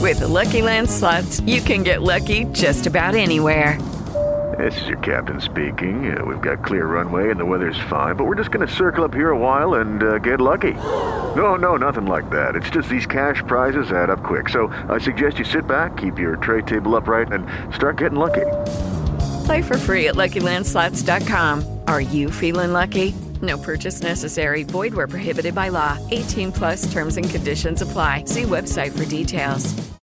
With the Lucky Land Slots, you can get lucky just about anywhere. This is your captain speaking. We've got clear runway and the weather's fine, but we're just going to circle up here a while and get lucky. No, nothing like that. It's just these cash prizes add up quick. So I suggest you sit back, keep your tray table upright, and start getting lucky. Play for free at LuckyLandSlots.com. Are you feeling lucky? No purchase necessary. Void where prohibited by law. 18 plus terms and conditions apply. See website for details.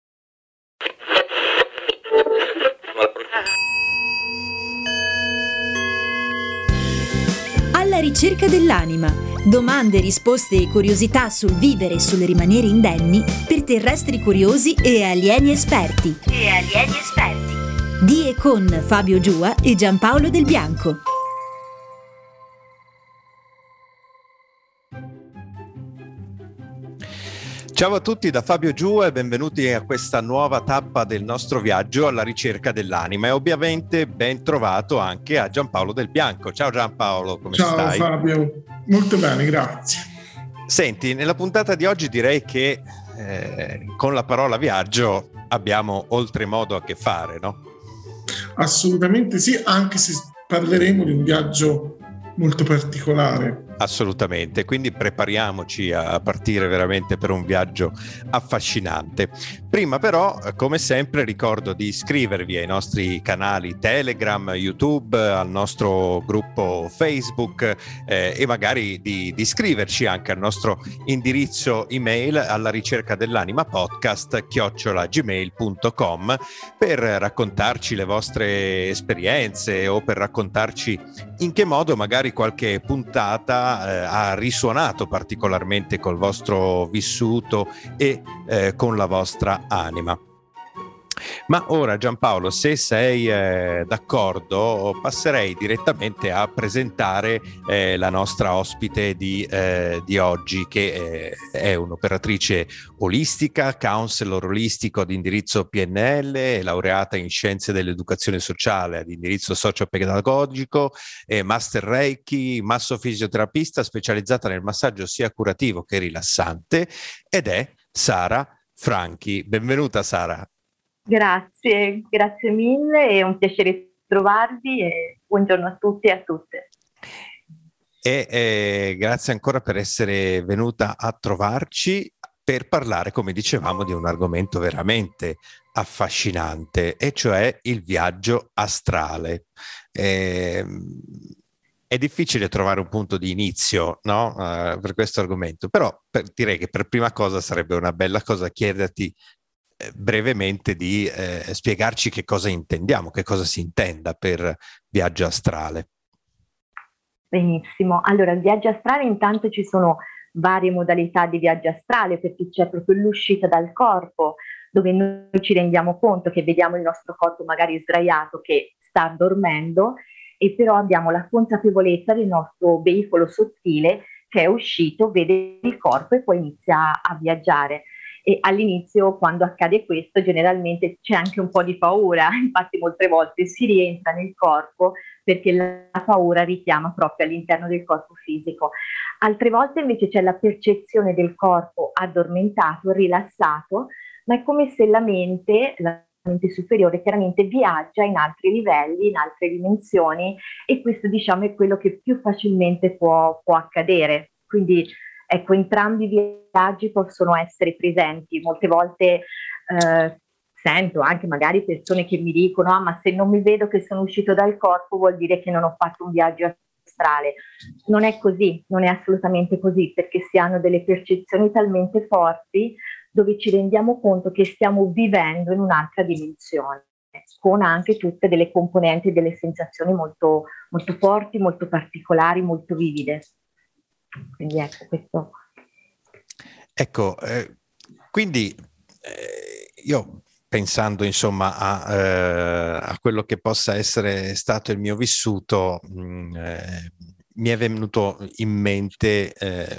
Alla ricerca dell'anima. Domande, risposte e curiosità sul vivere e sul rimanere indenni per terrestri curiosi e alieni esperti. Di e con Fabio Giua e Giampaolo Del Bianco. Ciao a tutti da Fabio Giua e benvenuti a questa nuova tappa del nostro viaggio alla ricerca dell'anima e ovviamente ben trovato anche a Giampaolo Del Bianco. Ciao Giampaolo, come stai? Ciao Fabio, molto bene, grazie. Senti, nella puntata di oggi direi che con la parola viaggio abbiamo oltremodo a che fare, no? Assolutamente sì, anche se parleremo di un viaggio molto particolare. Assolutamente, quindi prepariamoci a partire veramente per un viaggio affascinante. Prima però, come sempre, ricordo di iscrivervi ai nostri canali Telegram, YouTube, al nostro gruppo Facebook e magari di iscriverci anche al nostro indirizzo email alla ricerca dell'anima podcast@gmail.com per raccontarci le vostre esperienze o per raccontarci in che modo magari qualche puntata ha risuonato particolarmente col vostro vissuto e con la vostra anima. Ma ora Giampaolo, se sei d'accordo, passerei direttamente a presentare la nostra ospite di oggi, che è un'operatrice olistica, counselor olistico ad indirizzo PNL, laureata in scienze dell'educazione sociale ad indirizzo socio-pedagogico, master Reiki, massofisioterapista specializzata nel massaggio sia curativo che rilassante, ed è Sara Franchi. Benvenuta Sara. Grazie mille, è un piacere trovarvi e buongiorno a tutti e a tutte. E grazie ancora per essere venuta a trovarci per parlare, come dicevamo, di un argomento veramente affascinante, e cioè il viaggio astrale. È difficile trovare un punto di inizio, no? Per questo argomento, però direi che per prima cosa sarebbe una bella cosa chiederti brevemente di spiegarci che cosa intendiamo, che cosa si intenda per viaggio astrale. Benissimo, allora il viaggio astrale, intanto ci sono varie modalità di viaggio astrale, perché c'è proprio l'uscita dal corpo, dove noi ci rendiamo conto che vediamo il nostro corpo magari sdraiato che sta dormendo, e però abbiamo la consapevolezza del nostro veicolo sottile che è uscito, vede il corpo e poi inizia a viaggiare. E all'inizio, quando accade questo, generalmente c'è anche un po' di paura, infatti molte volte si rientra nel corpo perché la paura richiama proprio all'interno del corpo fisico. Altre volte invece c'è la percezione del corpo addormentato, rilassato, ma è come se la mente superiore chiaramente viaggia in altri livelli, in altre dimensioni, e questo diciamo è quello che più facilmente può accadere. Quindi ecco, entrambi i viaggi possono essere presenti. Molte volte sento anche magari persone che mi dicono: ma se non mi vedo che sono uscito dal corpo vuol dire che non ho fatto un viaggio astrale. Non è così, non è assolutamente così, perché si hanno delle percezioni talmente forti dove ci rendiamo conto che stiamo vivendo in un'altra dimensione, con anche tutte delle componenti e delle sensazioni molto, molto forti, molto particolari, molto vivide. Quindi ecco questo. Ecco, quindi io pensando insomma a quello che possa essere stato il mio vissuto, mi è venuto in mente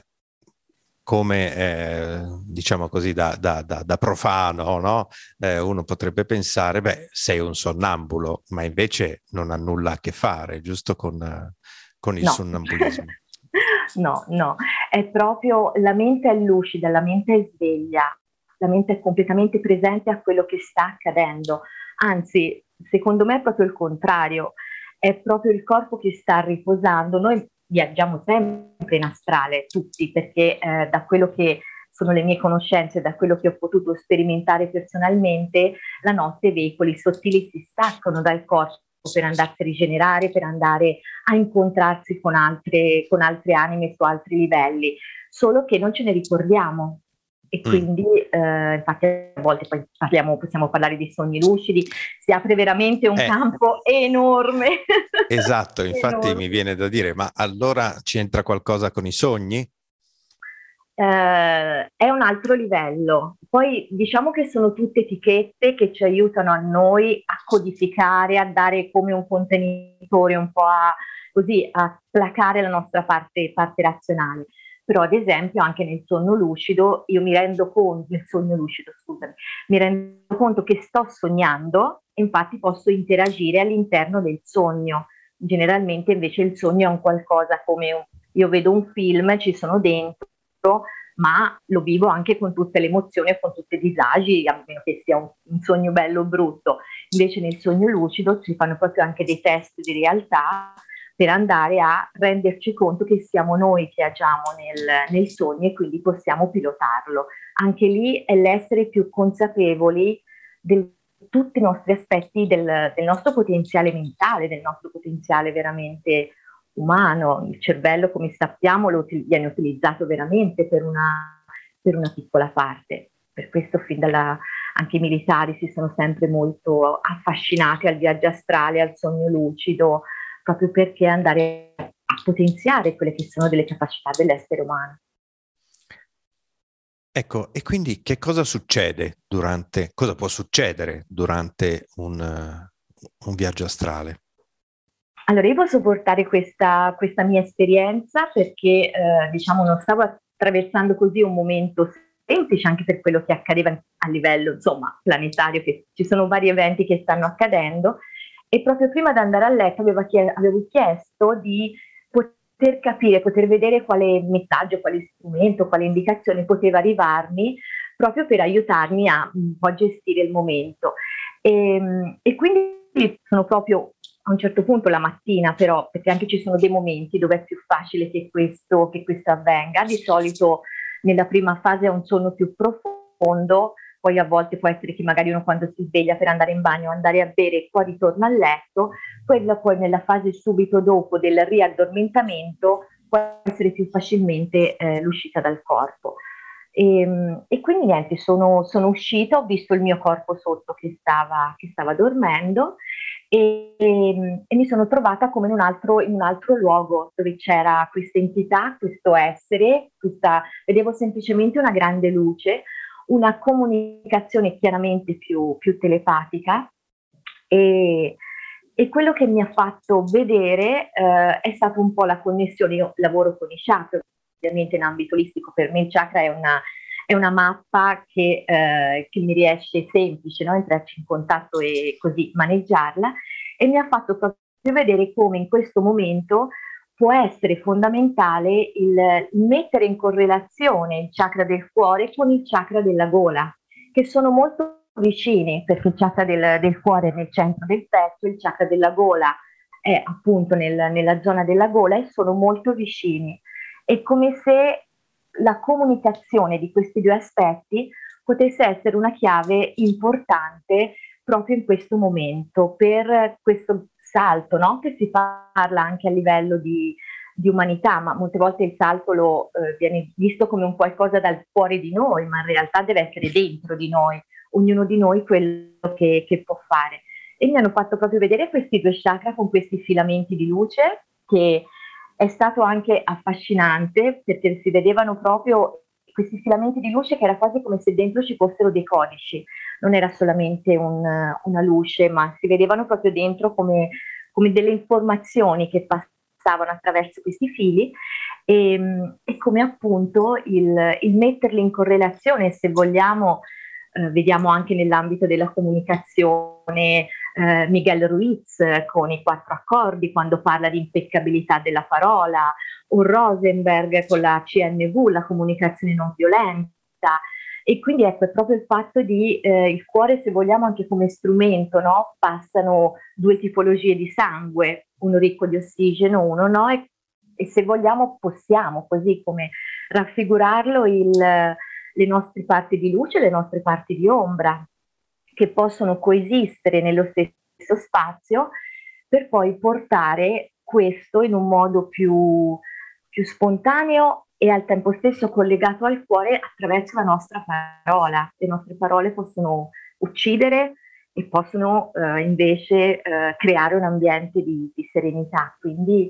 come diciamo così da profano, no? Uno potrebbe pensare, beh, sei un sonnambulo, ma invece non ha nulla a che fare, giusto, con il sonnambulismo. No, è proprio la mente è lucida, la mente è sveglia. la mente è completamente presente a quello che sta accadendo. Anzi, secondo me è proprio il contrario, è proprio il corpo che sta riposando. Noi viaggiamo sempre in astrale, tutti, perché da quello che sono le mie conoscenze, da quello che ho potuto sperimentare personalmente, la notte i veicoli sottili si staccano dal corpo per andarsi a rigenerare, per andare a incontrarsi con altre anime su altri livelli, solo che non ce ne ricordiamo. E quindi infatti a volte poi possiamo parlare di sogni lucidi, si apre veramente un campo enorme. Esatto, infatti enorme. Mi viene da dire, ma allora c'entra qualcosa con i sogni? È un altro livello. Poi diciamo che sono tutte etichette che ci aiutano a noi a codificare, a dare come un contenitore un po' a placare la nostra parte razionale. Però ad esempio anche nel sogno lucido mi rendo conto che sto sognando, infatti posso interagire all'interno del sogno. Generalmente invece il sogno è un qualcosa come io vedo un film, ci sono dentro, ma lo vivo anche con tutte le emozioni e con tutti i disagi, a meno che sia un sogno bello o brutto. Invece nel sogno lucido si fanno proprio anche dei test di realtà per andare a renderci conto che siamo noi che agiamo nel sogno e quindi possiamo pilotarlo. Anche lì è l'essere più consapevoli di tutti i nostri aspetti del nostro potenziale mentale, del nostro potenziale veramente umano. Il cervello, come sappiamo, viene utilizzato veramente per una piccola parte. Per questo anche i militari si sono sempre molto affascinati al viaggio astrale, al sogno lucido, proprio perché andare a potenziare quelle che sono delle capacità dell'essere umano. Ecco, e quindi che cosa succede cosa può succedere durante un viaggio astrale? Allora, io posso portare questa mia esperienza perché, non stavo attraversando così un momento semplice anche per quello che accadeva a livello, planetario, che ci sono vari eventi che stanno accadendo, e proprio prima di andare a letto avevo chiesto di poter capire, poter vedere quale messaggio, quale strumento, quale indicazione poteva arrivarmi proprio per aiutarmi a un po' gestire il momento. E quindi sono proprio a un certo punto la mattina, però, perché anche ci sono dei momenti dove è più facile che questo avvenga. Di solito nella prima fase è un sonno più profondo, poi a volte può essere che magari uno quando si sveglia per andare in bagno, andare a bere e poi ritorna a letto, quella poi nella fase subito dopo del riaddormentamento può essere più facilmente l'uscita dal corpo. E quindi niente, sono uscita, ho visto il mio corpo sotto che stava dormendo e mi sono trovata come in un altro luogo dove c'era questa entità, questo essere, vedevo semplicemente una grande luce, una comunicazione chiaramente più telepatica e quello che mi ha fatto vedere è stata un po' la connessione. Io lavoro con i chakra, ovviamente in ambito olistico. Per me il chakra è una mappa che mi riesce semplice, no? Entrarci in contatto e così maneggiarla, e mi ha fatto proprio vedere come in questo momento può essere fondamentale il mettere in correlazione il chakra del cuore con il chakra della gola, che sono molto vicini, perché il chakra del cuore è nel centro del petto, il chakra della gola è appunto nella zona della gola, e sono molto vicini. È come se la comunicazione di questi due aspetti potesse essere una chiave importante proprio in questo momento, per questo salto, no? Che si parla anche a livello di umanità, ma molte volte il salto viene visto come un qualcosa dal fuori di noi, ma in realtà deve essere dentro di noi, ognuno di noi quello che può fare. E mi hanno fatto proprio vedere questi due chakra con questi filamenti di luce, che è stato anche affascinante perché si vedevano proprio questi filamenti di luce che era quasi come se dentro ci fossero dei codici, non era solamente una luce, ma si vedevano proprio dentro come delle informazioni che passavano attraverso questi fili, e come appunto il metterli in correlazione, se vogliamo, vediamo anche nell'ambito della comunicazione Miguel Ruiz con i 4 accordi, quando parla di impeccabilità della parola, o Rosenberg con la CNV, la comunicazione non violenta, E quindi ecco, è proprio il fatto di il cuore, se vogliamo, anche come strumento, no? Passano due tipologie di sangue, uno ricco di ossigeno, uno no, e se vogliamo possiamo così come raffigurarlo le nostre parti di luce e le nostre parti di ombra, che possono coesistere nello stesso spazio per poi portare questo in un modo più spontaneo e al tempo stesso collegato al cuore attraverso la nostra parola. Le nostre parole possono uccidere e possono invece creare un ambiente di serenità. Quindi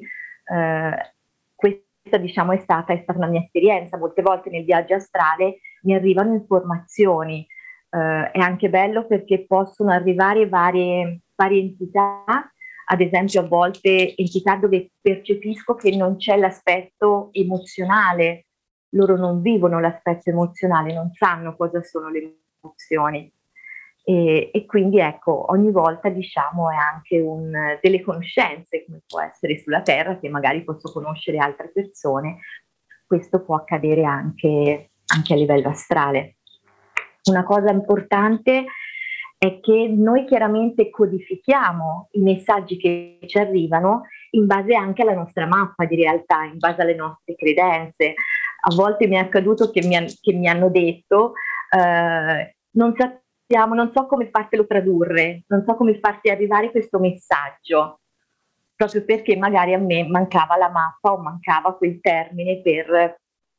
questa, diciamo, è stata una mia esperienza. Molte volte nel viaggio astrale mi arrivano informazioni. È anche bello perché possono arrivare varie entità, ad esempio a volte entità dove percepisco che non c'è l'aspetto emozionale, loro non vivono l'aspetto emozionale, non sanno cosa sono le emozioni e quindi ecco, ogni volta diciamo è anche delle conoscenze, come può essere sulla Terra, che magari posso conoscere altre persone, questo può accadere anche a livello astrale. Una cosa importante è che noi chiaramente codifichiamo i messaggi che ci arrivano in base anche alla nostra mappa di realtà, in base alle nostre credenze. A volte mi è accaduto che mi hanno detto non so come fartelo tradurre, non so come farti arrivare questo messaggio, proprio perché magari a me mancava la mappa o mancava quel termine per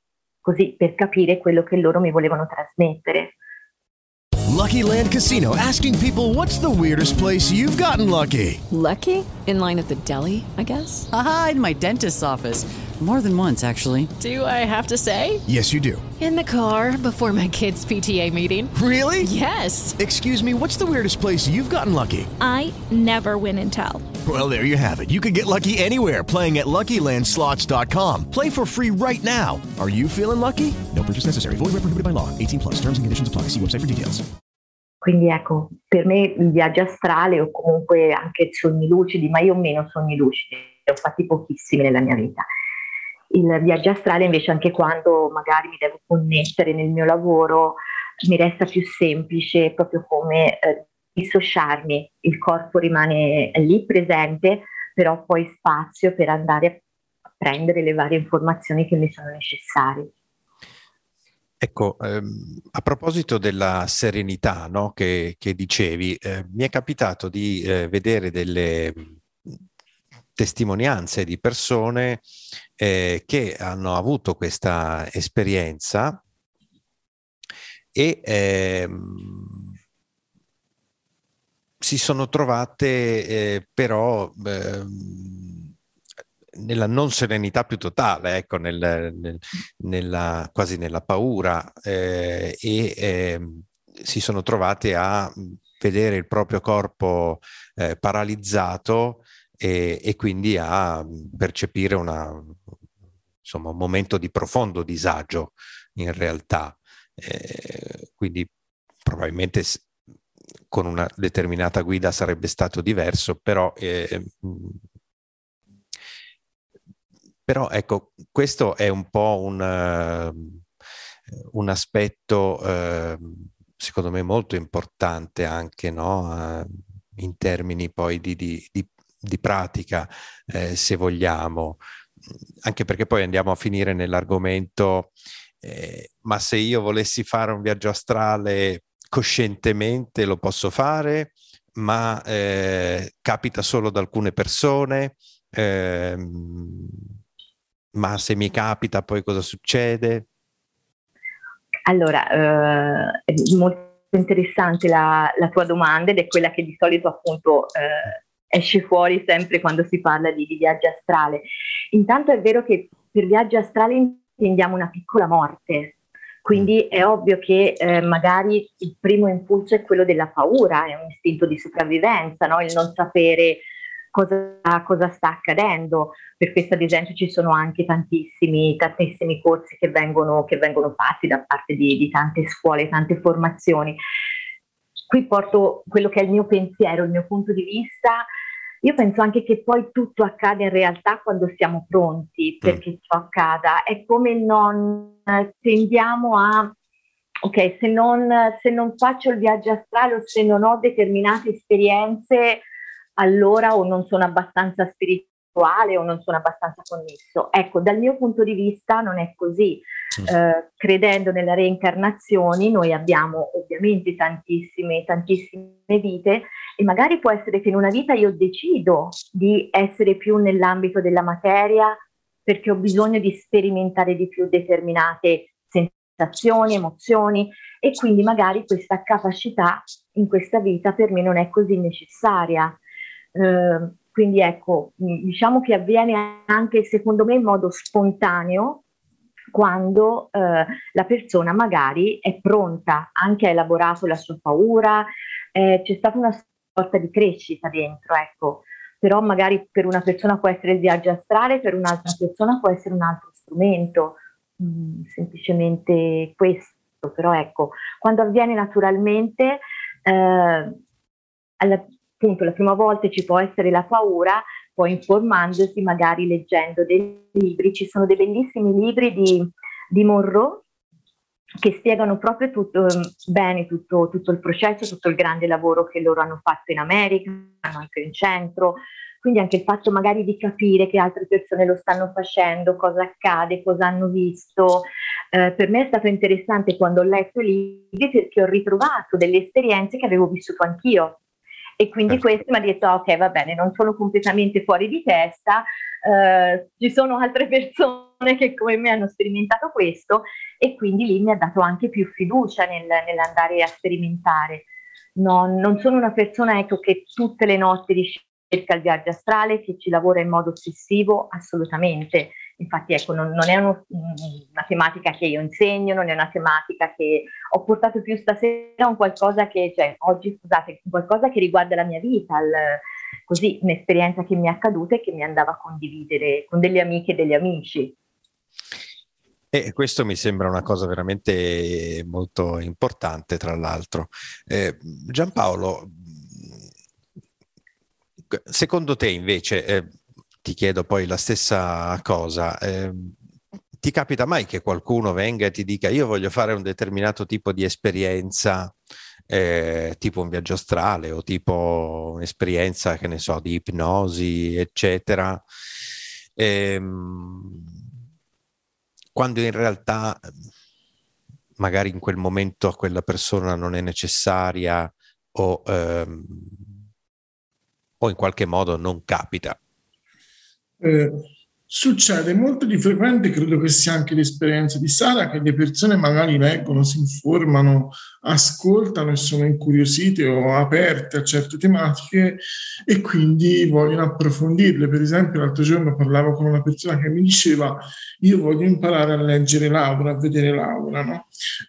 capire quello che loro mi volevano trasmettere. Lucky Land Casino, asking people, what's the weirdest place you've gotten lucky? Lucky? In line at the deli, I guess? Aha, in my dentist's office. More than once, actually. Do I have to say? Yes, you do. In the car before my kids' PTA meeting. Really? Yes. Excuse me, what's the weirdest place you've gotten lucky? I never win and tell. Well, there you have it. You can get lucky anywhere, playing at LuckyLandSlots.com. Play for free right now. Are you feeling lucky? No purchase necessary. Void where prohibited by law. 18+. Terms and conditions apply. See website for details. Quindi ecco, per me il viaggio astrale o comunque anche sogni lucidi, ma io ho meno sogni lucidi, ne ho fatti pochissimi nella mia vita. Il viaggio astrale invece anche quando magari mi devo connettere nel mio lavoro mi resta più semplice, proprio come dissociarmi, il corpo rimane lì presente, però poi spazio per andare a prendere le varie informazioni che mi sono necessarie. Ecco, a proposito della serenità, no, che dicevi, mi è capitato di vedere delle testimonianze di persone che hanno avuto questa esperienza e si sono trovate però nella non serenità più totale, ecco, quasi nella paura si sono trovate a vedere il proprio corpo paralizzato e quindi a percepire un momento di profondo disagio in realtà. Quindi probabilmente con una determinata guida sarebbe stato diverso, però ecco, questo è un po' un aspetto secondo me molto importante anche, no? In termini poi di pratica, se vogliamo, anche perché poi andiamo a finire nell'argomento ma se io volessi fare un viaggio astrale coscientemente lo posso fare, ma capita solo ad alcune persone, ma se mi capita poi cosa succede? Allora, è molto interessante la tua domanda ed è quella che di solito appunto esce fuori sempre quando si parla di viaggio astrale. Intanto è vero che per viaggio astrale intendiamo una piccola morte, quindi è ovvio che magari il primo impulso è quello della paura, è un istinto di sopravvivenza, no? Il non sapere cosa sta accadendo. Per questo ad esempio ci sono anche tantissimi corsi che vengono fatti da parte di tante scuole, tante formazioni. Qui porto quello che è il mio pensiero, il mio punto di vista. Io penso anche che poi tutto accade in realtà quando siamo pronti perché ciò accada. È come non tendiamo a ok, se non faccio il viaggio astrale o se non ho determinate esperienze, allora o non sono abbastanza spirituale o non sono abbastanza connesso. Ecco, dal mio punto di vista non è così. Credendo nelle reincarnazioni, noi abbiamo ovviamente tantissime vite, e magari può essere che in una vita io decido di essere più nell'ambito della materia perché ho bisogno di sperimentare di più determinate sensazioni, emozioni, e quindi magari questa capacità in questa vita per me non è così necessaria. Quindi ecco, diciamo che avviene anche secondo me in modo spontaneo, quando la persona magari è pronta, anche ha elaborato la sua paura, c'è stata una sorta di crescita dentro, ecco. Però magari per una persona può essere il viaggio astrale, per un'altra persona può essere un altro strumento, semplicemente questo. Però ecco, quando avviene naturalmente, appunto la prima volta ci può essere la paura, poi informandosi, magari leggendo dei libri. Ci sono dei bellissimi libri di Monroe che spiegano proprio tutto il processo, tutto il grande lavoro che loro hanno fatto in America, anche in centro. Quindi anche il fatto magari di capire che altre persone lo stanno facendo, cosa accade, cosa hanno visto. Per me è stato interessante quando ho letto i libri, perché ho ritrovato delle esperienze che avevo vissuto anch'io. E quindi questo mi ha detto, ok, va bene, non sono completamente fuori di testa, ci sono altre persone che come me hanno sperimentato questo, e quindi lì mi ha dato anche più fiducia nell'andare a sperimentare. Non sono una persona, ecco, che tutte le notti ricerca il viaggio astrale, che ci lavora in modo ossessivo, assolutamente. Infatti ecco, non è una tematica che io insegno, non è una tematica che ho portato più stasera, un qualcosa che, oggi scusate, qualcosa che riguarda la mia vita, così un'esperienza che mi è accaduta e che mi andava a condividere con delle amiche e degli amici. E questo mi sembra una cosa veramente molto importante, tra l'altro. Giampaolo, secondo te invece, ti chiedo poi la stessa cosa, ti capita mai che qualcuno venga e ti dica io voglio fare un determinato tipo di esperienza, tipo un viaggio astrale o tipo un'esperienza, che ne so, di ipnosi, eccetera, quando in realtà magari in quel momento a quella persona non è necessaria o in qualche modo non capita? Succede molto di frequente, credo che sia anche l'esperienza di Sara, che le persone magari leggono, si informano, ascoltano e sono incuriosite o aperte a certe tematiche e quindi vogliono approfondirle. Per esempio l'altro giorno parlavo con una persona che mi diceva io voglio imparare a leggere l'aura, a vedere l'aura, no?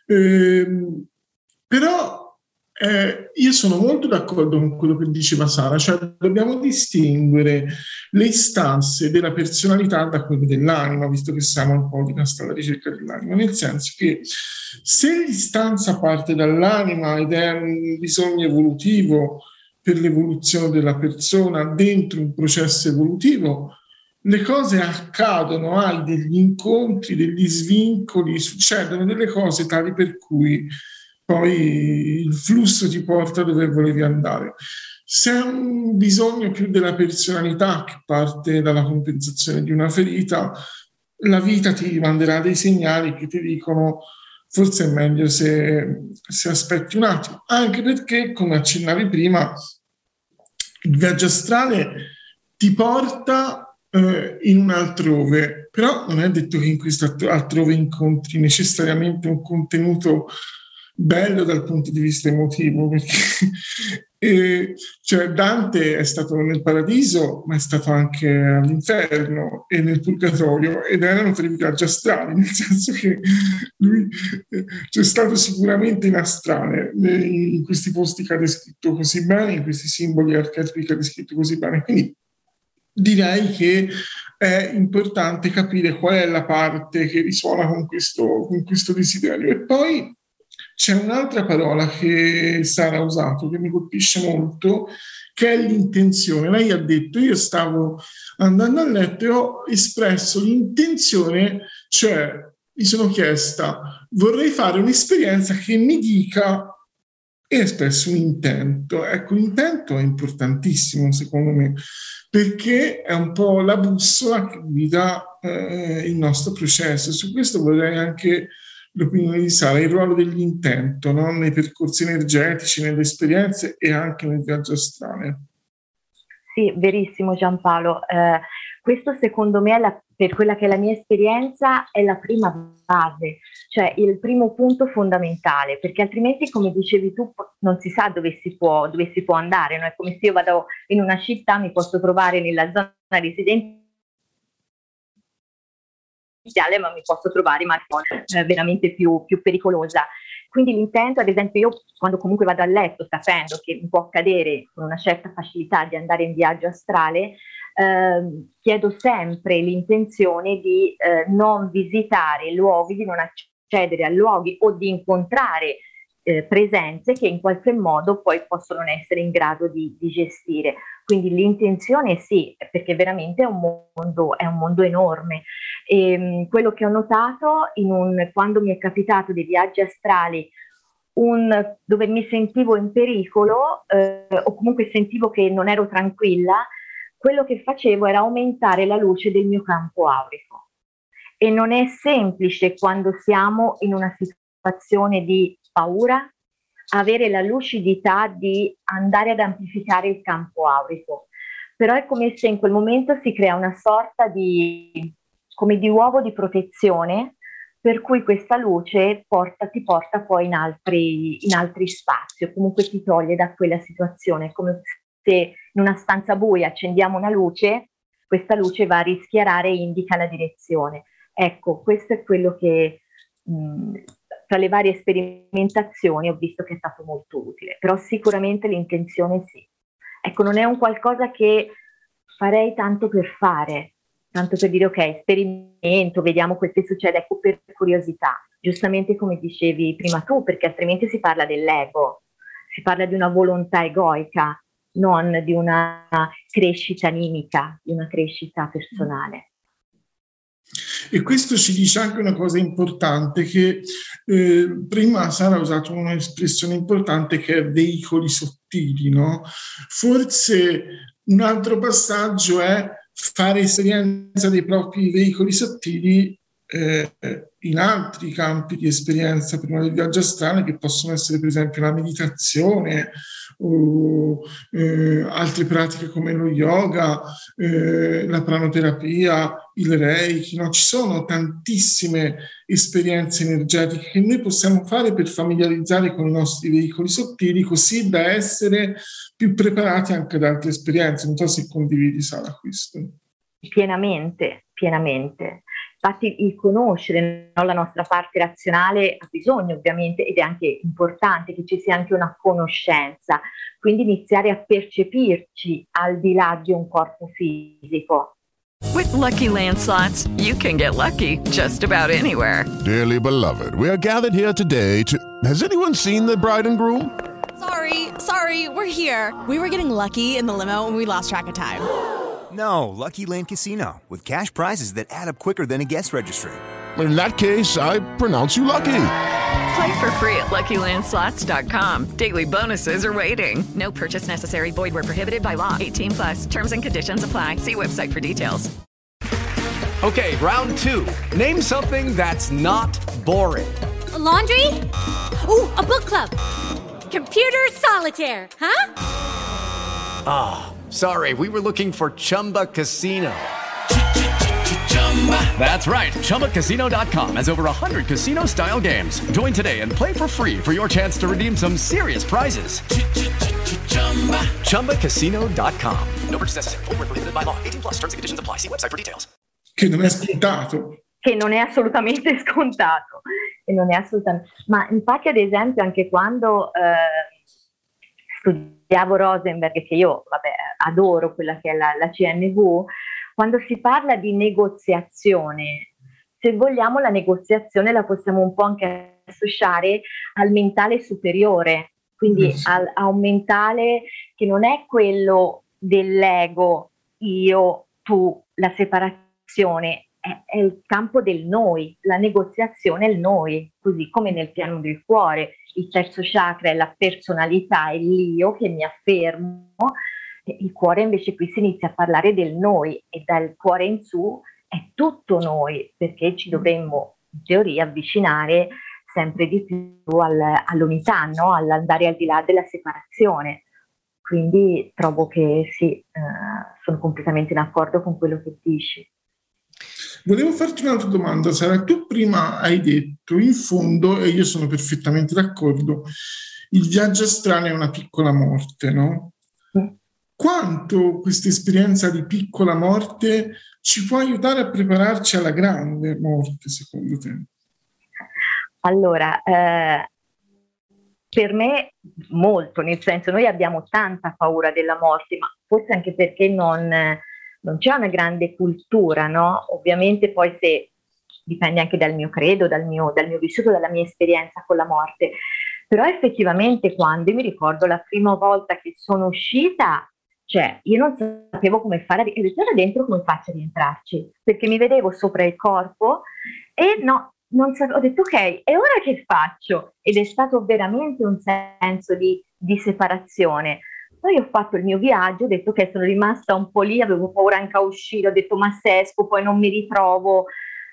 Però io sono molto d'accordo con quello che diceva Sara, cioè dobbiamo distinguere le istanze della personalità da quelle dell'anima, visto che siamo un podcast alla ricerca dell'anima, nel senso che se l'istanza parte dall'anima ed è un bisogno evolutivo per l'evoluzione della persona dentro un processo evolutivo, le cose accadono, hai degli incontri, degli svincoli, succedono delle cose tali per cui poi il flusso ti porta dove volevi andare. Se è un bisogno più della personalità che parte dalla compensazione di una ferita, la vita ti manderà dei segnali che ti dicono forse è meglio se aspetti un attimo, anche perché, come accennavi prima, il viaggio astrale ti porta in un altrove, però non è detto che in questo altrove incontri necessariamente un contenuto bello dal punto di vista emotivo, perché cioè Dante è stato nel paradiso ma è stato anche all'inferno e nel purgatorio, ed erano tre viaggi astrali, nel senso che lui c'è stato sicuramente in astrale, in questi posti che ha descritto così bene, in questi simboli archetipi che ha descritto così bene. Quindi direi che è importante capire qual è la parte che risuona con questo desiderio. E poi c'è un'altra parola che Sara ha usato che mi colpisce molto, che è l'intenzione. Lei ha detto io stavo andando a letto e ho espresso l'intenzione, cioè mi sono chiesta vorrei fare un'esperienza che mi dica e espresso un intento. Ecco, l'intento è importantissimo secondo me, perché è un po' la bussola che guida il nostro processo. Su questo vorrei anche l'opinione di Sara, il ruolo dell'intento, no? Nei percorsi energetici, nelle esperienze e anche nel viaggio astrale. Sì, verissimo Giampaolo. Questo secondo me per quella che è la mia esperienza è la prima base, cioè il primo punto fondamentale, perché altrimenti, come dicevi tu, non si sa dove si può andare, no? È come se io vado in una città, mi posso trovare nella zona residenziale, ma mi posso trovare veramente più pericolosa. Quindi l'intento, ad esempio, io quando comunque vado a letto sapendo che mi può accadere con una certa facilità di andare in viaggio astrale, chiedo sempre l'intenzione di non visitare luoghi, di non accedere a luoghi o di incontrare presenze che in qualche modo poi possono non essere in grado di gestire. Quindi l'intenzione sì, perché veramente è un mondo enorme. E quello che ho notato quando mi è capitato dei viaggi astrali dove mi sentivo in pericolo o comunque sentivo che non ero tranquilla, quello che facevo era aumentare la luce del mio campo aurico. E non è semplice, quando siamo in una situazione di paura, avere la lucidità di andare ad amplificare il campo aurico. Però è come se in quel momento si crea una sorta come di uovo di protezione, per cui questa luce ti porta poi in altri spazi, o comunque ti toglie da quella situazione. È come se in una stanza buia accendiamo una luce, questa luce va a rischiarare e indica la direzione. Ecco, questo è quello che tra le varie sperimentazioni ho visto che è stato molto utile, però sicuramente l'intenzione sì. Ecco, non è un qualcosa che farei tanto per fare, tanto per dire ok, sperimento, vediamo quel che succede, ecco, per curiosità, giustamente come dicevi prima tu, perché altrimenti si parla dell'ego, si parla di una volontà egoica, non di una crescita animica, di una crescita personale. E questo ci dice anche una cosa importante, che prima Sara ha usato un'espressione importante che è veicoli sottili, no? Forse un altro passaggio è fare esperienza dei propri veicoli sottili in altri campi di esperienza prima del viaggio astrale, che possono essere per esempio la meditazione o altre pratiche come lo yoga, la pranoterapia, il reiki, no? Ci sono tantissime esperienze energetiche che noi possiamo fare per familiarizzare con i nostri veicoli sottili, così da essere più preparati anche ad altre esperienze. Non so se condividi, Sara, questo. Pienamente. Infatti il conoscere, no, la nostra parte razionale ha bisogno ovviamente, ed è anche importante che ci sia anche una conoscenza, quindi iniziare a percepirci al di là di un corpo fisico. With Lucky Land Slots, you can get lucky just about anywhere. Dearly beloved, we are gathered here today to... Has anyone seen the bride and groom? Sorry, we're here. We were getting lucky in the limo and we lost track of time. No, Lucky Land Casino, with cash prizes that add up quicker than a guest registry. In that case, I pronounce you lucky. Play for free at LuckyLandSlots.com. Daily bonuses are waiting. No purchase necessary. Void where prohibited by law. 18+. Terms and conditions apply. See website for details. Okay, round two. Name something that's not boring. A laundry? Ooh, a book club. Computer solitaire, huh? Ah, sorry, we were looking for Chumba Casino. That's right, ChumbaCasino.com has over 100 casino-style games. Join today and play for free for your chance to redeem some serious prizes. ChumbaCasino.com. No purchase necessary. Void where prohibited by law. 18+. Terms and conditions apply. See website for details. Che non è scontato. Che non è assolutamente scontato. Ma infatti, ad esempio, anche quando studiavo Rosenberg, che io adoro quella che è la CNV, quando si parla di negoziazione, se vogliamo la negoziazione la possiamo un po' anche associare al mentale superiore, quindi a un mentale che non è quello dell'ego, io, tu, la separazione, è il campo del noi, la negoziazione è il noi, così come nel piano del cuore. Il terzo chakra è la personalità, è l'io che mi affermo, e il cuore invece qui si inizia a parlare del noi, e dal cuore in su è tutto noi, perché ci dovremmo in teoria avvicinare sempre di più all'unità, no? All'andare al di là della separazione. Quindi trovo che sì, sono completamente in accordo con quello che dici. Volevo farti un'altra domanda, Sara. Tu prima hai detto, in fondo, e io sono perfettamente d'accordo, il viaggio astrale è una piccola morte, no? Quanto questa esperienza di piccola morte ci può aiutare a prepararci alla grande morte, secondo te? Allora, per me molto, nel senso, noi abbiamo tanta paura della morte, ma forse anche perché non c'è una grande cultura, no? Ovviamente poi dipende anche dal mio credo, dal mio vissuto, dalla mia esperienza con la morte. Però effettivamente quando io mi ricordo la prima volta che sono uscita, cioè io non sapevo come fare, ero dentro, come faccio a rientrarci, perché mi vedevo sopra il corpo e ho detto ok, e ora che faccio? Ed è stato veramente un senso di separazione. Poi ho fatto il mio viaggio, ho detto che sono rimasta un po' lì, avevo paura anche a uscire, ho detto ma se esco poi non mi ritrovo.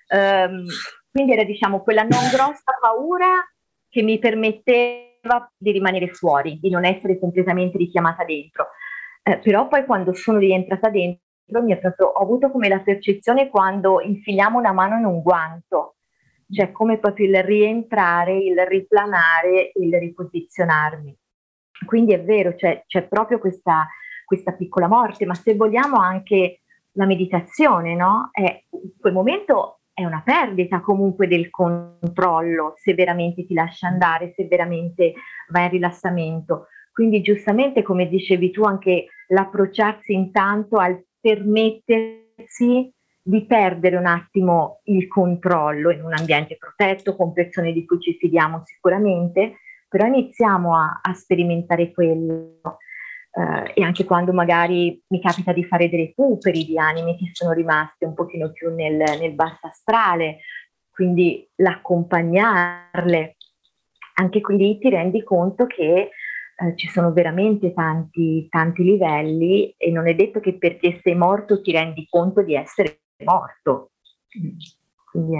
Quindi era, diciamo, quella non grossa paura che mi permetteva di rimanere fuori, di non essere completamente richiamata dentro. Però poi quando sono rientrata dentro ho avuto come la percezione quando infiliamo una mano in un guanto, cioè come proprio il rientrare, il riplanare, il riposizionarmi. Quindi è vero, c'è proprio questa piccola morte, ma se vogliamo anche la meditazione, no? In quel momento è una perdita comunque del controllo, se veramente ti lascia andare, se veramente vai in rilassamento. Quindi giustamente, come dicevi tu, anche l'approcciarsi intanto al permettersi di perdere un attimo il controllo in un ambiente protetto, con persone di cui ci fidiamo sicuramente, però iniziamo a sperimentare quello. E anche quando magari mi capita di fare dei recuperi di anime che sono rimaste un pochino più nel basso astrale, quindi l'accompagnarle, anche lì ti rendi conto che ci sono veramente tanti livelli, e non è detto che perché sei morto ti rendi conto di essere morto. Quindi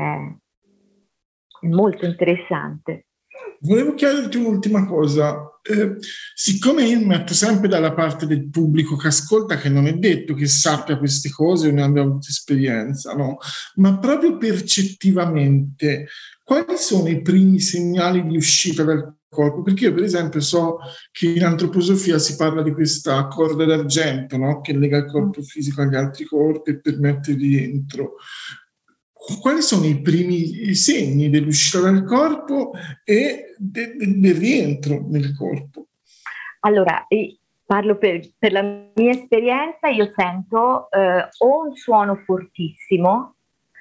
è molto interessante. Volevo chiederti un'ultima cosa. Siccome io mi metto sempre dalla parte del pubblico che ascolta, che non è detto che sappia queste cose o ne abbia avuto esperienza, no? Ma proprio percettivamente, quali sono i primi segnali di uscita dal corpo? Perché io, per esempio, so che in antroposofia si parla di questa corda d'argento, no? Che lega il corpo fisico agli altri corpi e permette il rientro. Quali sono i primi segni dell'uscita dal corpo e del rientro nel corpo? Allora, parlo per la mia esperienza, io sento o un suono fortissimo,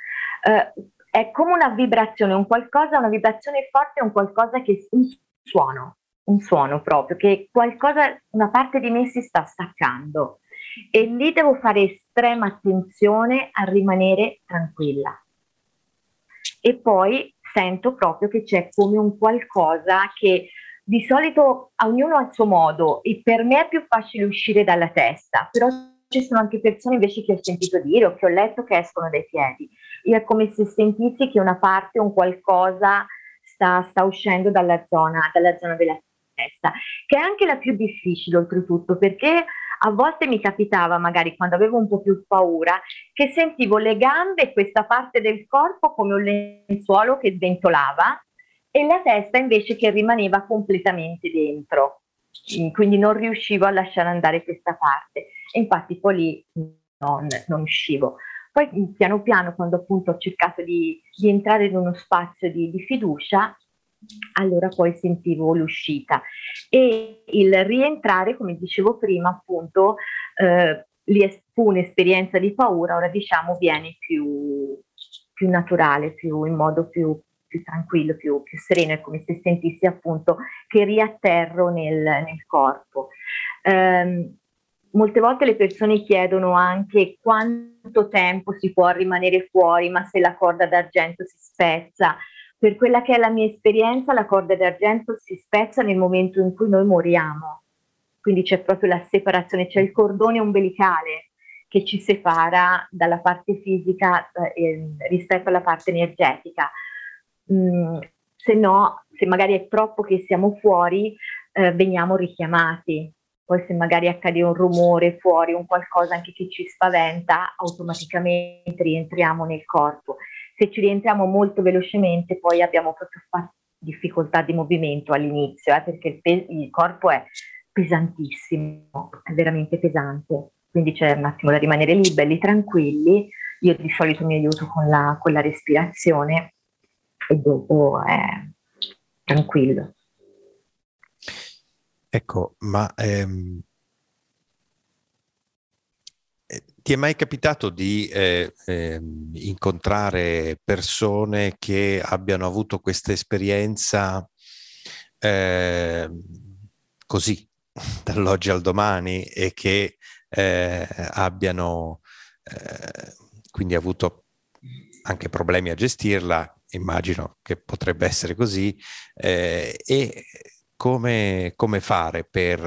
è come una vibrazione, una vibrazione forte, un qualcosa che un suono proprio, che una parte di me si sta staccando, e lì devo fare estrema attenzione a rimanere tranquilla. E poi sento proprio che c'è come un qualcosa che di solito a ognuno ha il suo modo, e per me è più facile uscire dalla testa, però ci sono anche persone invece che ho sentito dire o che ho letto che escono dai piedi. Io è come se sentissi che una parte, un qualcosa sta uscendo dalla zona della testa, che è anche la più difficile oltretutto, perché a volte mi capitava, magari quando avevo un po' più paura, che sentivo le gambe e questa parte del corpo come un lenzuolo che sventolava, e la testa invece che rimaneva completamente dentro. Quindi non riuscivo a lasciare andare questa parte. E infatti poi lì non uscivo. Poi piano piano, quando appunto ho cercato di entrare in uno spazio di fiducia, allora poi sentivo l'uscita, e il rientrare, come dicevo prima, appunto fu un'esperienza di paura, ora diciamo viene più naturale, in modo più tranquillo, più sereno, è come se sentissi appunto che riatterro nel corpo. molte volte le persone chiedono anche quanto tempo si può rimanere fuori, ma se la corda d'argento si spezza. Per quella che è la mia esperienza, la corda d'argento si spezza nel momento in cui noi moriamo. Quindi c'è proprio la separazione, c'è il cordone ombelicale che ci separa dalla parte fisica rispetto alla parte energetica. Se no, se magari è troppo che siamo fuori, veniamo richiamati. Poi se magari accade un rumore fuori, un qualcosa anche che ci spaventa, automaticamente rientriamo nel corpo. Se ci rientriamo molto velocemente, poi abbiamo proprio difficoltà di movimento all'inizio, perché il corpo è pesantissimo, è veramente pesante. Quindi c'è un attimo da rimanere lì, belli tranquilli. Io di solito mi aiuto con la respirazione e dopo è tranquillo. Ecco, ma ti è mai capitato di incontrare persone che abbiano avuto questa esperienza così, dall'oggi al domani, e che abbiano quindi avuto anche problemi a gestirla? Immagino che potrebbe essere così, e come fare per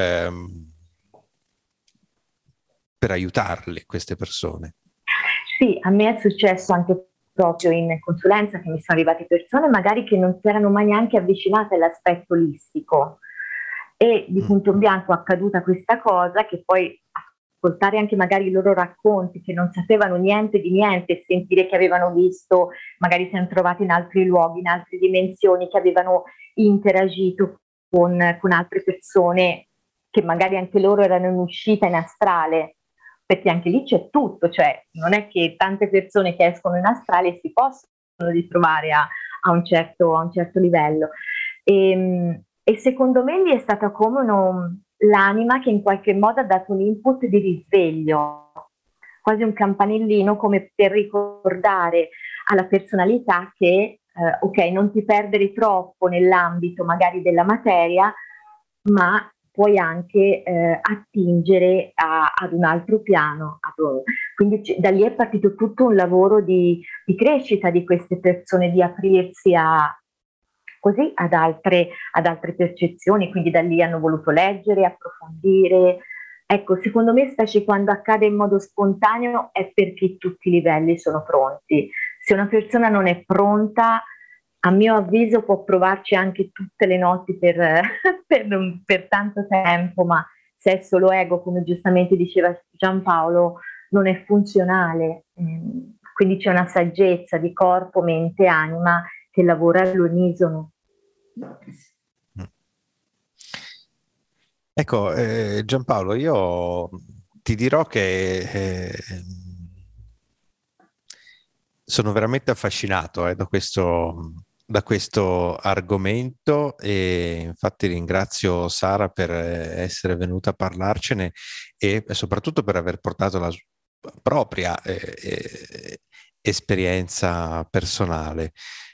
aiutarle queste persone? Sì, a me è successo anche proprio in consulenza che mi sono arrivate persone magari che non si erano mai neanche avvicinate all'aspetto olistico, e di punto in bianco è accaduta questa cosa, che poi ascoltare anche magari i loro racconti, che non sapevano niente di niente, sentire che avevano visto, magari si erano trovati in altri luoghi, in altre dimensioni, che avevano interagito con altre persone, che magari anche loro erano in uscita in astrale, perché anche lì c'è tutto, cioè non è che tante persone che escono in astrale si possono ritrovare a un certo livello. E secondo me lì è stata come l'anima che in qualche modo ha dato un input di risveglio, quasi un campanellino, come per ricordare alla personalità che ok, non ti perdere troppo nell'ambito magari della materia, ma puoi anche attingere ad un altro piano. Quindi da lì è partito tutto un lavoro di crescita di queste persone, di aprirsi ad altre percezioni, quindi da lì hanno voluto leggere, approfondire. Ecco, secondo me, specie quando accade in modo spontaneo, è perché tutti i livelli sono pronti. Se una persona non è pronta, a mio avviso può provarci anche tutte le notti per tanto tempo, ma se è solo ego, come giustamente diceva Giampaolo, non è funzionale. Quindi c'è una saggezza di corpo, mente, anima che lavora all'unisono. Ecco, Giampaolo, io ti dirò che sono veramente affascinato da questo argomento, e infatti ringrazio Sara per essere venuta a parlarcene e soprattutto per aver portato la propria esperienza personale.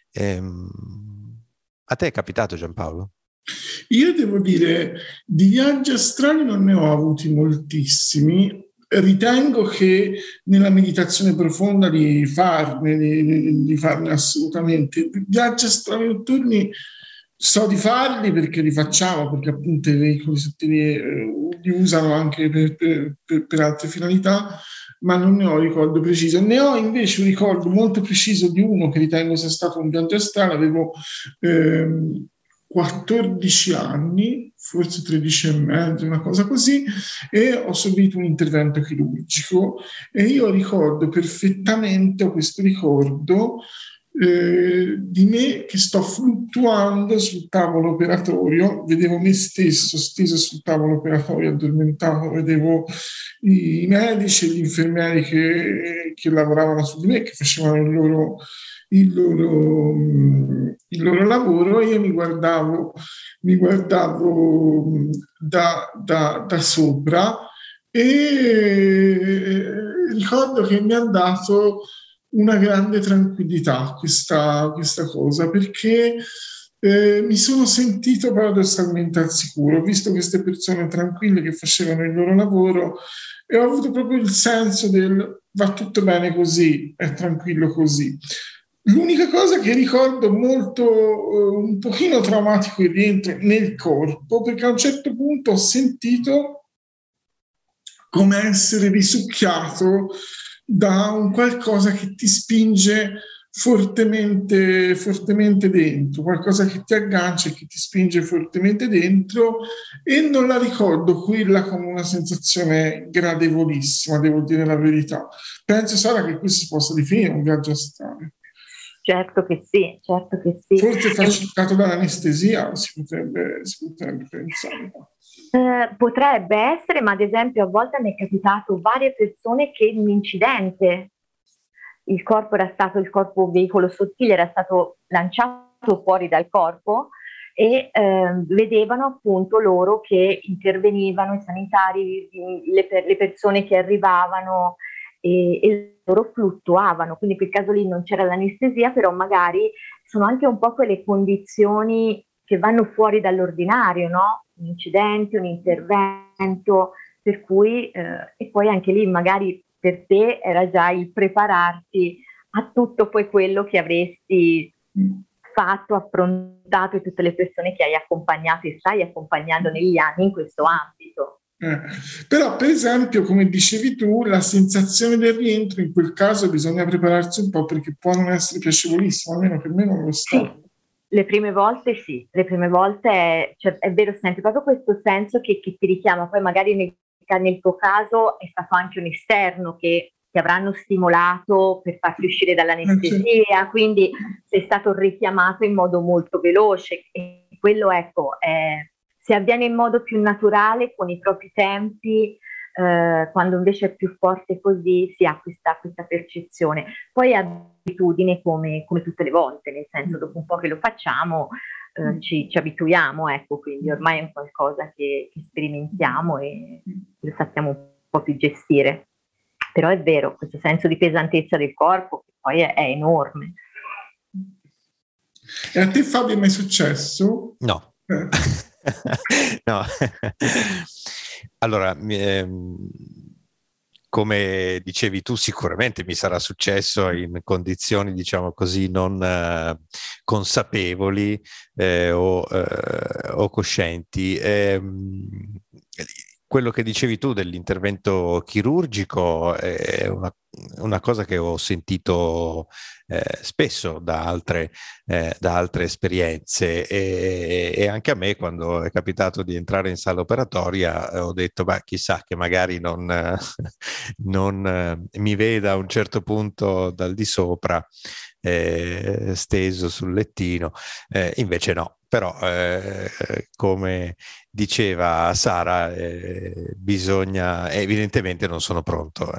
A te è capitato, Giampaolo? Io devo dire, di viaggi astrali non ne ho avuti moltissimi. Ritengo che nella meditazione profonda di farne assolutamente. Viaggi astrali notturni so di farli perché li facciamo, perché appunto i veicoli sottili li usano anche per altre finalità, ma non ne ho ricordo preciso. Ne ho invece un ricordo molto preciso di uno che ritengo sia stato un viaggio astrale. Avevo 14 anni, forse 13 e mezzo, una cosa così, e ho subito un intervento chirurgico, e io ricordo perfettamente, ho questo ricordo di me che sto fluttuando sul tavolo operatorio, vedevo me stesso steso sul tavolo operatorio addormentato, vedevo i medici e gli infermieri che lavoravano su di me, che facevano il loro lavoro, e io mi guardavo da sopra, e ricordo che mi ha dato una grande tranquillità questa cosa, perché mi sono sentito paradossalmente al sicuro. Ho visto queste persone tranquille che facevano il loro lavoro e ho avuto proprio il senso del va tutto bene così, è tranquillo così. L'unica cosa che ricordo molto, un pochino traumatico è dentro nel corpo, perché a un certo punto ho sentito come essere risucchiato da un qualcosa che ti spinge fortemente, fortemente dentro, qualcosa che ti aggancia e che ti spinge fortemente dentro, e non la ricordo quella come una sensazione gradevolissima, devo dire la verità. Penso, Sara, che questo si possa definire un viaggio astrale. Certo che sì, certo che sì. Forse facilitato dall'anestesia, si potrebbe pensare. Potrebbe essere, ma ad esempio a volte mi è capitato varie persone che in un incidente il corpo veicolo sottile era stato lanciato fuori dal corpo e vedevano appunto loro che intervenivano, i sanitari, le persone che arrivavano e loro fluttuavano, quindi in quel caso lì non c'era l'anestesia, però magari sono anche un po' quelle condizioni che vanno fuori dall'ordinario, no? Un incidente, un intervento, per cui e poi anche lì magari per te era già il prepararti a tutto poi quello che avresti fatto, affrontato, e tutte le persone che hai accompagnato e stai accompagnando negli anni in questo ambito. Però per esempio, come dicevi tu, la sensazione del rientro in quel caso bisogna prepararsi un po', perché può non essere piacevolissimo, almeno per me non lo sta. Sì. Le prime volte è vero, senti proprio questo senso che ti richiama. Poi magari nel tuo caso è stato anche un esterno che ti avranno stimolato per farti uscire dall'anestesia, quindi sei stato richiamato in modo molto veloce, e quello, ecco, se avviene in modo più naturale, con i propri tempi, quando invece è più forte così, si ha questa percezione. Poi è abitudine come tutte le volte, nel senso, dopo un po' che lo facciamo ci abituiamo, ecco, quindi ormai è un qualcosa che sperimentiamo e lo sappiamo un po' più gestire. Però è vero, questo senso di pesantezza del corpo che poi è enorme. E a te, Fabio, è mai successo? No. No. Allora, come dicevi tu, sicuramente mi sarà successo in condizioni, diciamo così, non consapevoli o coscienti. Quello che dicevi tu dell'intervento chirurgico è una cosa che ho sentito spesso da altre esperienze, e anche a me, quando è capitato di entrare in sala operatoria, ho detto, beh, chissà che magari non mi veda a un certo punto dal di sopra steso sul lettino, invece no. Però come diceva Sara, bisogna, evidentemente non sono pronto,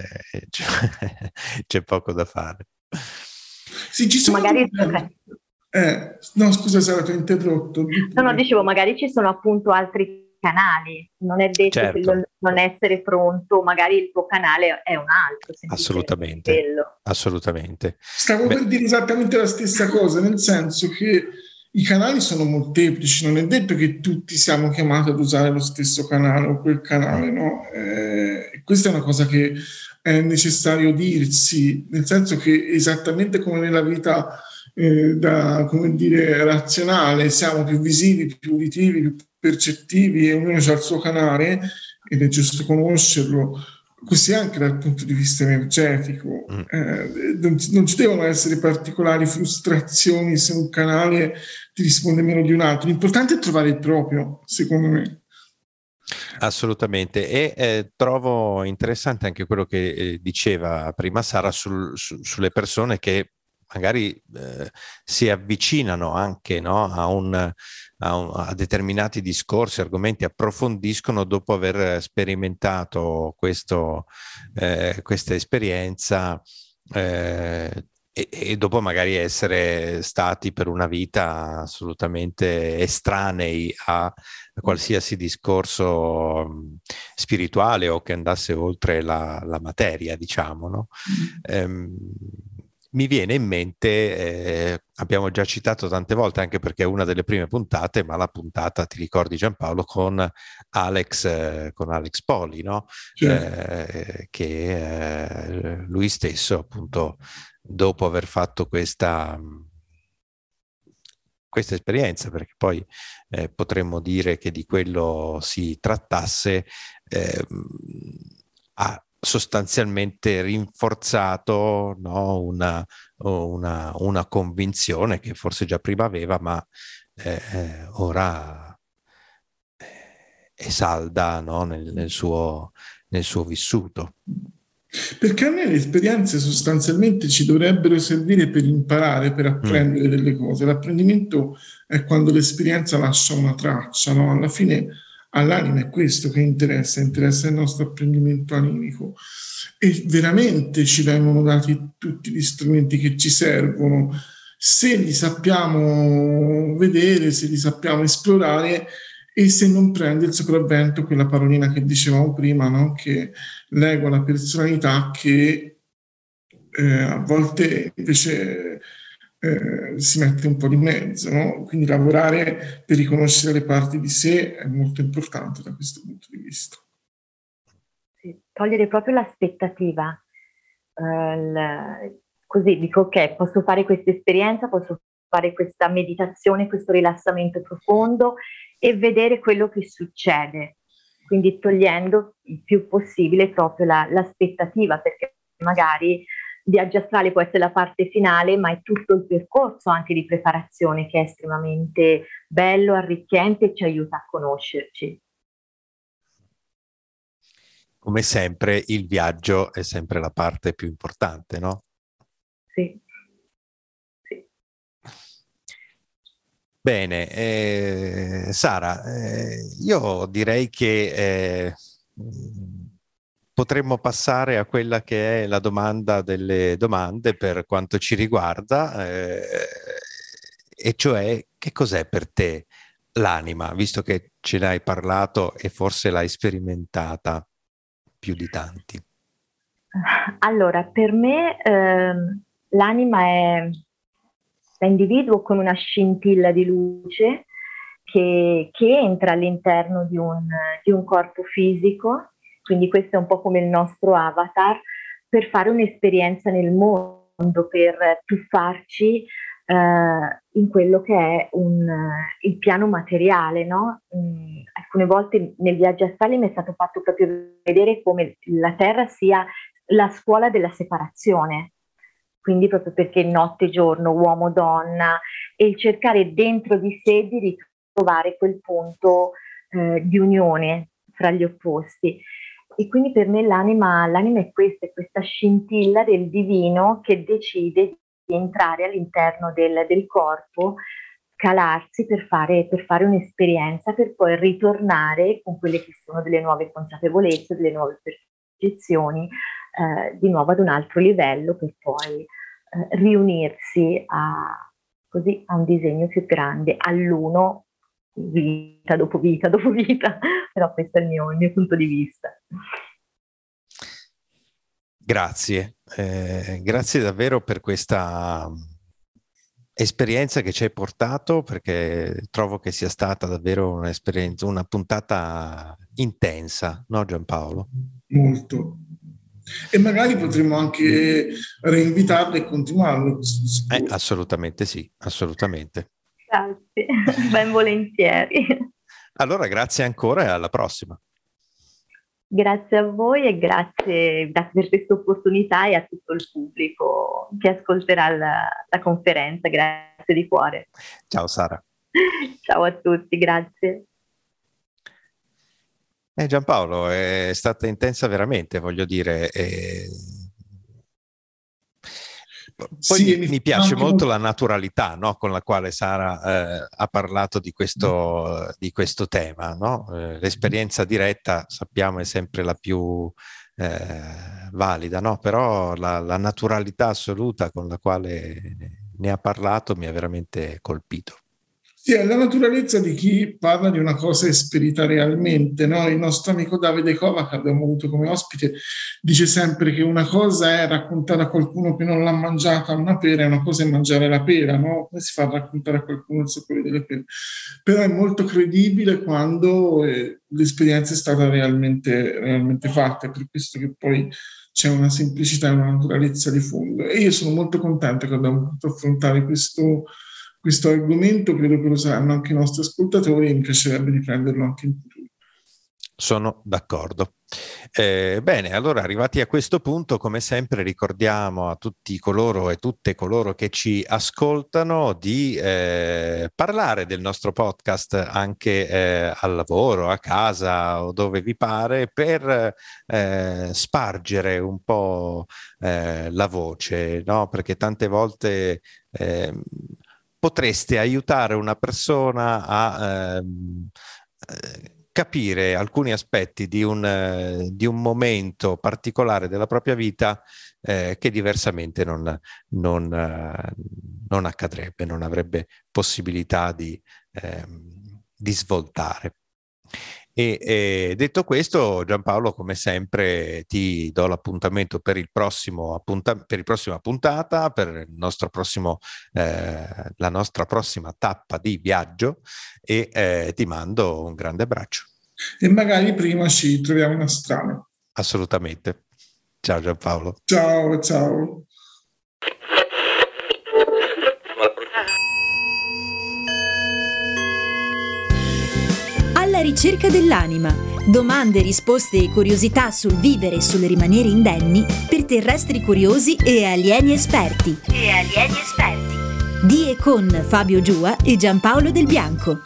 c'è poco da fare. Sì, ci sono magari no, scusa Sara, ti ho interrotto. No, dicevo, magari ci sono appunto altri canali, non è detto, certo, che non essere pronto, magari il tuo canale è un altro. Assolutamente. Stavo per dire esattamente la stessa cosa, nel senso che i canali sono molteplici, non è detto che tutti siamo chiamati ad usare lo stesso canale o quel canale, no? Questa è una cosa che è necessario dirsi, nel senso che esattamente come nella vita razionale siamo più visivi, più uditivi, più percettivi, e ognuno ha il suo canale ed è giusto conoscerlo. Così anche dal punto di vista energetico, non ci devono essere particolari frustrazioni se un canale ti risponde meno di un altro. L'importante è trovare il proprio, secondo me. Assolutamente, e trovo interessante anche quello che diceva prima Sara sulle persone che magari si avvicinano anche, no, a determinati discorsi, argomenti, approfondiscono dopo aver sperimentato questa esperienza e dopo magari essere stati per una vita assolutamente estranei a qualsiasi discorso spirituale o che andasse oltre la materia, diciamo, no? mi viene in mente, abbiamo già citato tante volte, anche perché è una delle prime puntate, ma la puntata, ti ricordi Giampaolo, con Alex Poli, no? Che lui stesso, appunto, dopo aver fatto questa esperienza, perché poi potremmo dire che di quello si trattasse, ha sostanzialmente rinforzato, no, una convinzione che forse già prima aveva, ma ora è salda, no, nel suo vissuto. Perché a me le esperienze sostanzialmente ci dovrebbero servire per imparare, per apprendere delle cose. L'apprendimento è quando l'esperienza lascia una traccia, no? Alla fine all'anima è questo che interessa il nostro apprendimento animico, e veramente ci vengono dati tutti gli strumenti che ci servono, se li sappiamo vedere, se li sappiamo esplorare, e se non prende il sopravvento quella parolina che dicevamo prima, no? Che legua la personalità, che a volte invece si mette un po' di mezzo, no? Quindi lavorare per riconoscere le parti di sé è molto importante da questo punto di vista. Sì, togliere proprio l'aspettativa, così dico ok, posso fare questa esperienza, posso fare questa meditazione, questo rilassamento profondo e vedere quello che succede, quindi togliendo il più possibile proprio l'aspettativa, perché magari viaggio astrale può essere la parte finale, ma è tutto il percorso anche di preparazione che è estremamente bello, arricchente e ci aiuta a conoscerci. Come sempre, il viaggio è sempre la parte più importante, no? Sì. Bene, Sara, io direi che potremmo passare a quella che è la domanda delle domande per quanto ci riguarda, e cioè che cos'è per te l'anima, visto che ce ne hai parlato e forse l'hai sperimentata più di tanti. Allora, per me l'anima è l'individuo con una scintilla di luce che entra all'interno di un corpo fisico, quindi questo è un po' come il nostro avatar, per fare un'esperienza nel mondo, per tuffarci in quello che è il piano materiale, no? Alcune volte nel viaggio astrale mi è stato fatto proprio vedere come la Terra sia la scuola della separazione, quindi proprio perché notte e giorno, uomo donna, e il cercare dentro di sé di ritrovare quel punto di unione fra gli opposti. E quindi per me l'anima è questa scintilla del divino che decide di entrare all'interno del corpo, calarsi per fare un'esperienza, per poi ritornare con quelle che sono delle nuove consapevolezze, delle nuove percezioni, di nuovo ad un altro livello, per poi riunirsi a un disegno più grande, all'uno, vita dopo vita dopo vita, però questo è il mio punto di vista. Grazie, grazie davvero per questa esperienza che ci hai portato, perché trovo che sia stata davvero un'esperienza, una puntata intensa, no Giampaolo? Molto. E magari potremmo anche reinvitarlo e continuarlo. Assolutamente sì, assolutamente. Grazie, ben volentieri. Allora grazie ancora e alla prossima. Grazie a voi e grazie per questa opportunità e a tutto il pubblico che ascolterà la conferenza. Grazie di cuore. Ciao Sara. Ciao a tutti, grazie. Giampaolo, è stata intensa veramente, voglio dire. Poi sì, mi piace molto la naturalità, no, con la quale Sara ha parlato di questo tema, no? L'esperienza diretta, sappiamo, è sempre la più valida, no? Però la naturalità assoluta con la quale ne ha parlato mi ha veramente colpito. Sì, è la naturalezza di chi parla di una cosa esperita realmente, no? Il nostro amico Davide Cova, che abbiamo avuto come ospite, dice sempre che una cosa è raccontare a qualcuno che non l'ha mangiata una pera, e una cosa è mangiare la pera, no? Come si fa a raccontare a qualcuno il sapore delle pere? Però è molto credibile quando l'esperienza è stata realmente fatta, è per questo che poi c'è una semplicità e una naturalezza di fondo. E io sono molto contento che abbiamo potuto affrontare questo argomento, credo che lo saranno anche i nostri ascoltatori e mi piacerebbe riprenderlo anche in futuro. Sono d'accordo. Bene, allora arrivati a questo punto, come sempre ricordiamo a tutti coloro e tutte coloro che ci ascoltano di parlare del nostro podcast anche al lavoro, a casa o dove vi pare, per spargere un po' la voce, no? Perché tante volte potreste aiutare una persona a capire alcuni aspetti di un momento particolare della propria vita che diversamente non accadrebbe, non avrebbe possibilità di svoltare. E detto questo, Giampaolo, come sempre ti do l'appuntamento per la prossima puntata, per il nostro prossimo, la nostra prossima tappa di viaggio, e ti mando un grande abbraccio. E magari prima ci troviamo in Australia. Assolutamente. Ciao Giampaolo. Ciao. Alla ricerca dell'anima. Domande, risposte e curiosità sul vivere e sul rimanere indenni per terrestri curiosi e alieni esperti. Di e con Fabio Giua e Giampaolo Del Bianco.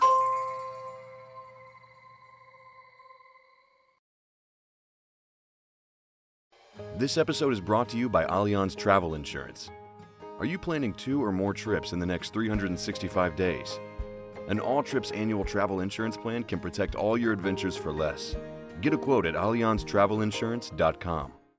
This episode is brought to you by Allianz Travel Insurance. Are you planning 2 or more trips in the next 365 days? An All Trips annual travel insurance plan can protect all your adventures for less. Get a quote at AllianzTravelInsurance.com.